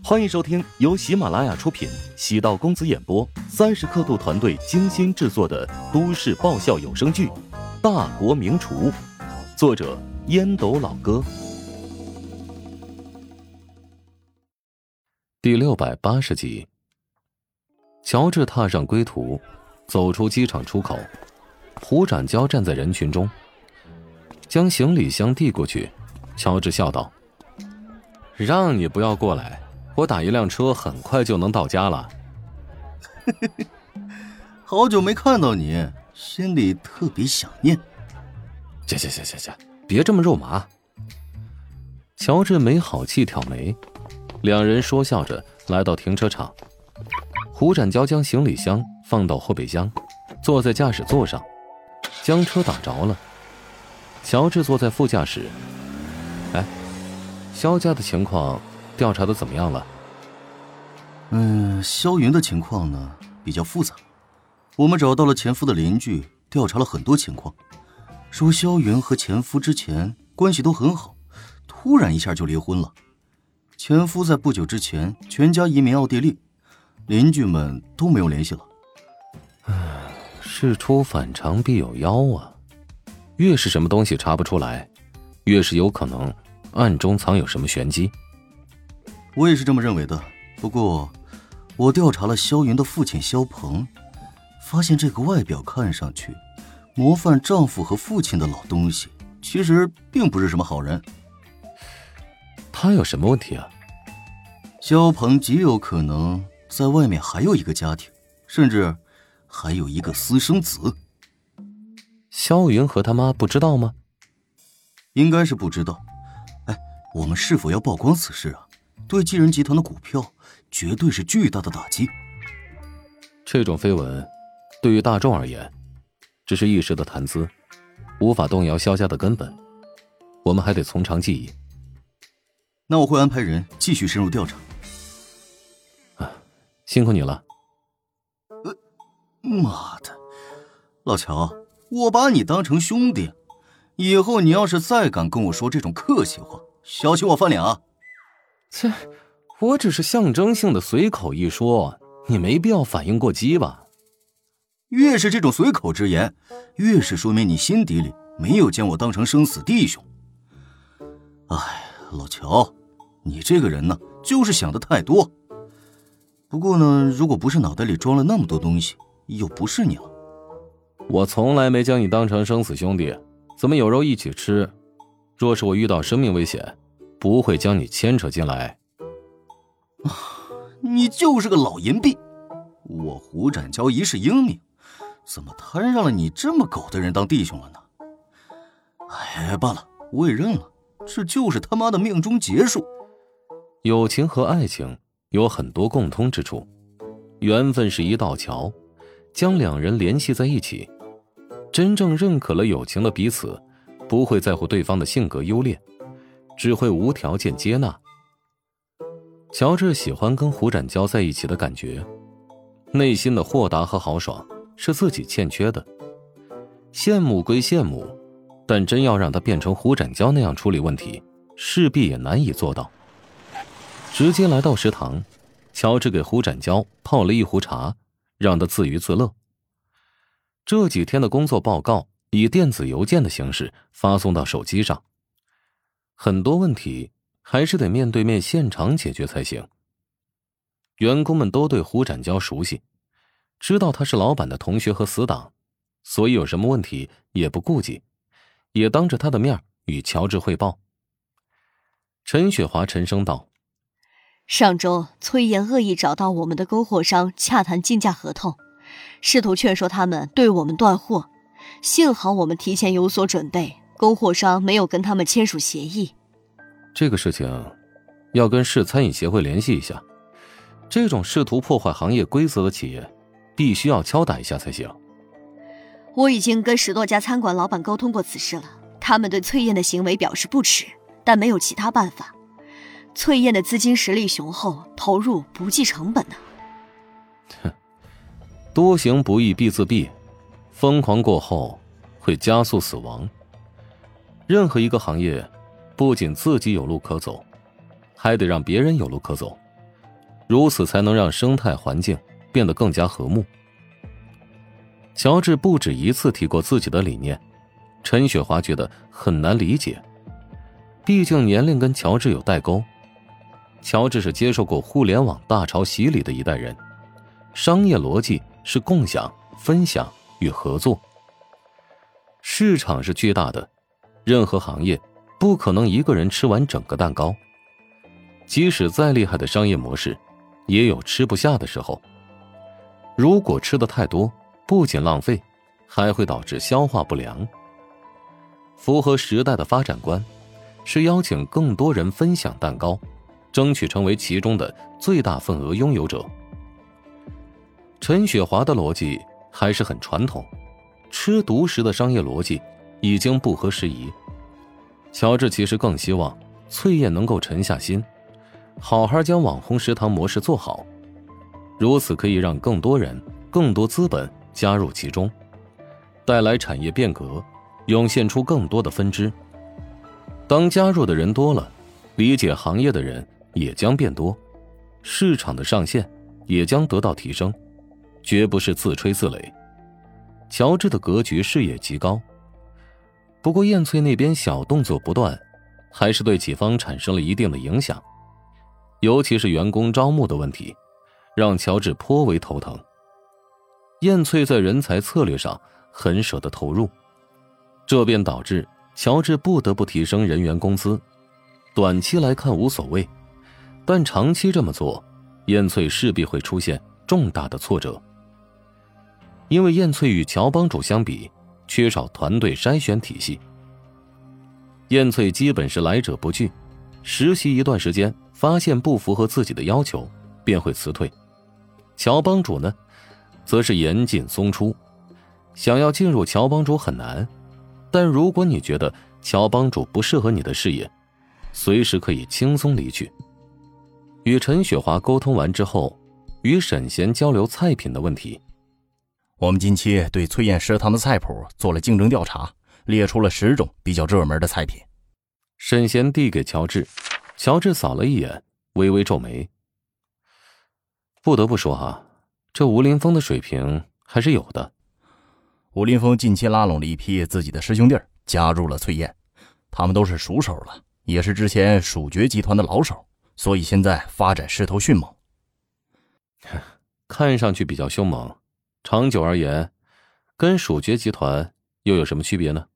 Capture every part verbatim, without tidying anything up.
欢迎收听由喜马拉雅出品，喜道公子演播，三十刻度团队精心制作的都市爆笑有声剧《大国名厨》，作者烟斗老哥。第六百八十集。乔治踏上归途，走出机场出口，胡展娇站在人群中，将行李箱递过去。乔治笑道：让你不要过来，我打一辆车很快就能到家了。 好久没看到你，心里特别想念。 行行行行行，别这么肉麻。乔治没好气挑眉，两人说笑着来到停车场。胡展娇将行李箱放到后备箱，坐在驾驶座上，将车打着了。乔治坐在副驾驶。哎，肖家的情况调查的怎么样了？ 嗯，肖云的情况呢比较复杂。我们找到了前夫的邻居，调查了很多情况，说肖云和前夫之前关系都很好，突然一下就离婚了。前夫在不久之前全家移民奥地利，邻居们都没有联系了。 事出反常必有妖啊，越是什么东西查不出来，越是有可能暗中藏有什么玄机。 我也是这么认为的，不过我调查了肖云的父亲肖鹏，发现这个外表看上去模范丈夫和父亲的老东西，其实并不是什么好人。 他有什么问题啊？ 肖鹏极有可能在外面还有一个家庭，甚至还有一个私生子。 肖云和他妈不知道吗？ 应该是不知道。哎，我们是否要曝光此事啊？对继人集团的股票绝对是巨大的打击。 这种绯闻对于大众而言只是一时的谈资，无法动摇肖家的根本，我们还得从长计议。 那我会安排人继续深入调查。 啊，辛苦你了。 呃，妈的，老乔，我把你当成兄弟，以后你要是再敢跟我说这种客气话，小心我翻脸啊！ 切，我只是象征性的随口一说，你没必要反应过激吧？ 越是这种随口之言，越是说明你心底里没有将我当成生死弟兄。哎，老乔，你这个人呢，就是想的太多。不过呢，如果不是脑袋里装了那么多东西，又不是你了。 我从来没将你当成生死兄弟，怎么有肉一起吃？若是我遇到生命危险，不会将你牵扯进来。 你就是个老淫婢！我胡展娇一世英名，怎么摊上了你这么狗的人当弟兄了呢？哎，罢了，我也认了，这就是他妈的命中劫数。 友情和爱情有很多共通之处，缘分是一道桥，将两人联系在一起。真正认可了友情的彼此，不会在乎对方的性格优劣，只会无条件接纳。乔治喜欢跟胡展娇在一起的感觉，内心的豁达和豪爽是自己欠缺的。羡慕归羡慕，但真要让他变成胡展娇那样处理问题，势必也难以做到。直接来到食堂，乔治给胡展娇泡了一壶茶，让他自娱自乐。这几天的工作报告以电子邮件的形式发送到手机上，很多问题还是得面对面现场解决才行。员工们都对胡展娇熟悉，知道他是老板的同学和死党，所以有什么问题也不顾忌，也当着他的面与乔治汇报。陈雪华沉声道： 上周崔岩恶意找到我们的供货商洽谈竞价合同，试图劝说他们对我们断货，幸好我们提前有所准备，供货商没有跟他们签署协议。 这个事情要跟市餐饮协会联系一下，这种试图破坏行业规则的企业必须要敲打一下才行。 我已经跟十多家餐馆老板沟通过此事了，他们对崔燕的行为表示不耻，但没有其他办法。崔燕的资金实力雄厚，投入不计成本呢、 啊。多行不义必自毙，疯狂过后会加速死亡。任何一个行业不仅自己有路可走，还得让别人有路可走， 如此才能让生态环境变得更加和睦。乔治不止一次提过自己的理念，陈雪华觉得很难理解，毕竟年龄跟乔治有代沟。乔治是接受过互联网大潮洗礼的一代人，商业逻辑是共享、分享与合作。市场是巨大的，任何行业不可能一个人吃完整个蛋糕，即使再厉害的商业模式也有吃不下的时候。如果吃得太多，不仅浪费，还会导致消化不良。符合时代的发展观是邀请更多人分享蛋糕，争取成为其中的最大份额拥有者。陈雪华的逻辑还是很传统，吃独食的商业逻辑已经不合时宜。乔治其实更希望翠燕能够沉下心，好好将网红食堂模式做好，如此可以让更多人、更多资本加入其中，带来产业变革，涌现出更多的分支。当加入的人多了，理解行业的人也将变多，市场的上限也将得到提升，绝不是自吹自擂。乔治的格局视野极高，不过燕翠那边小动作不断，还是对己方产生了一定的影响，尤其是员工招募的问题，让乔治颇为头疼。燕翠在人才策略上很舍得投入，这便导致乔治不得不提升人员工资。短期来看无所谓，但长期这么做，燕翠势必会出现重大的挫折。因为燕翠与乔帮主相比，缺少团队筛选体系。燕翠基本是来者不拒，实习一段时间，发现不符合自己的要求，便会辞退。乔帮主呢，则是严进松出，想要进入乔帮主很难，但如果你觉得乔帮主不适合你的事业，随时可以轻松离去。与陈雪华沟通完之后，与沈贤交流菜品的问题。 我们近期对翠燕食堂的菜谱做了竞争调查，列出了十种比较热门的菜品。 沈贤递给乔治，乔治扫了一眼，微微皱眉。不得不说哈，这吴林峰的水平还是有的。 吴林峰近期拉拢了一批自己的师兄弟加入了翠燕，他们都是熟手了，也是之前蜀爵集团的老手，所以现在发展势头迅猛。 看上去比较凶猛，长久而言，跟蜀爵集团又有什么区别呢？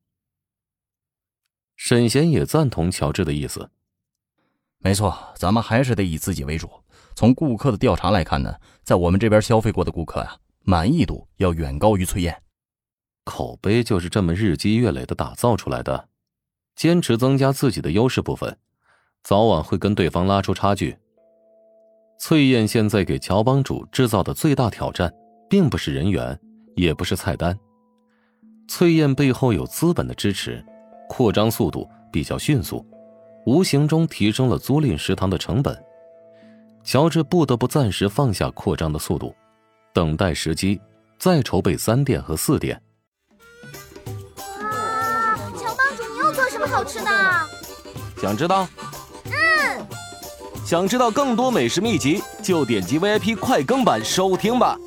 沈贤也赞同乔治的意思。 没错，咱们还是得以自己为主。从顾客的调查来看呢，在我们这边消费过的顾客啊，满意度要远高于翠燕。 口碑就是这么日积月累的打造出来的，坚持增加自己的优势部分，早晚会跟对方拉出差距。翠燕现在给乔帮主制造的最大挑战，并不是人员，也不是菜单。翠燕背后有资本的支持，扩张速度比较迅速，无形中提升了租赁食堂的成本。乔治不得不暂时放下扩张的速度，等待时机，再筹备三店和四店。 哇，乔帮主，你又做什么好吃的？ 想知道？ 嗯。 想知道更多美食秘籍，就点击 V I P 快更版收听吧。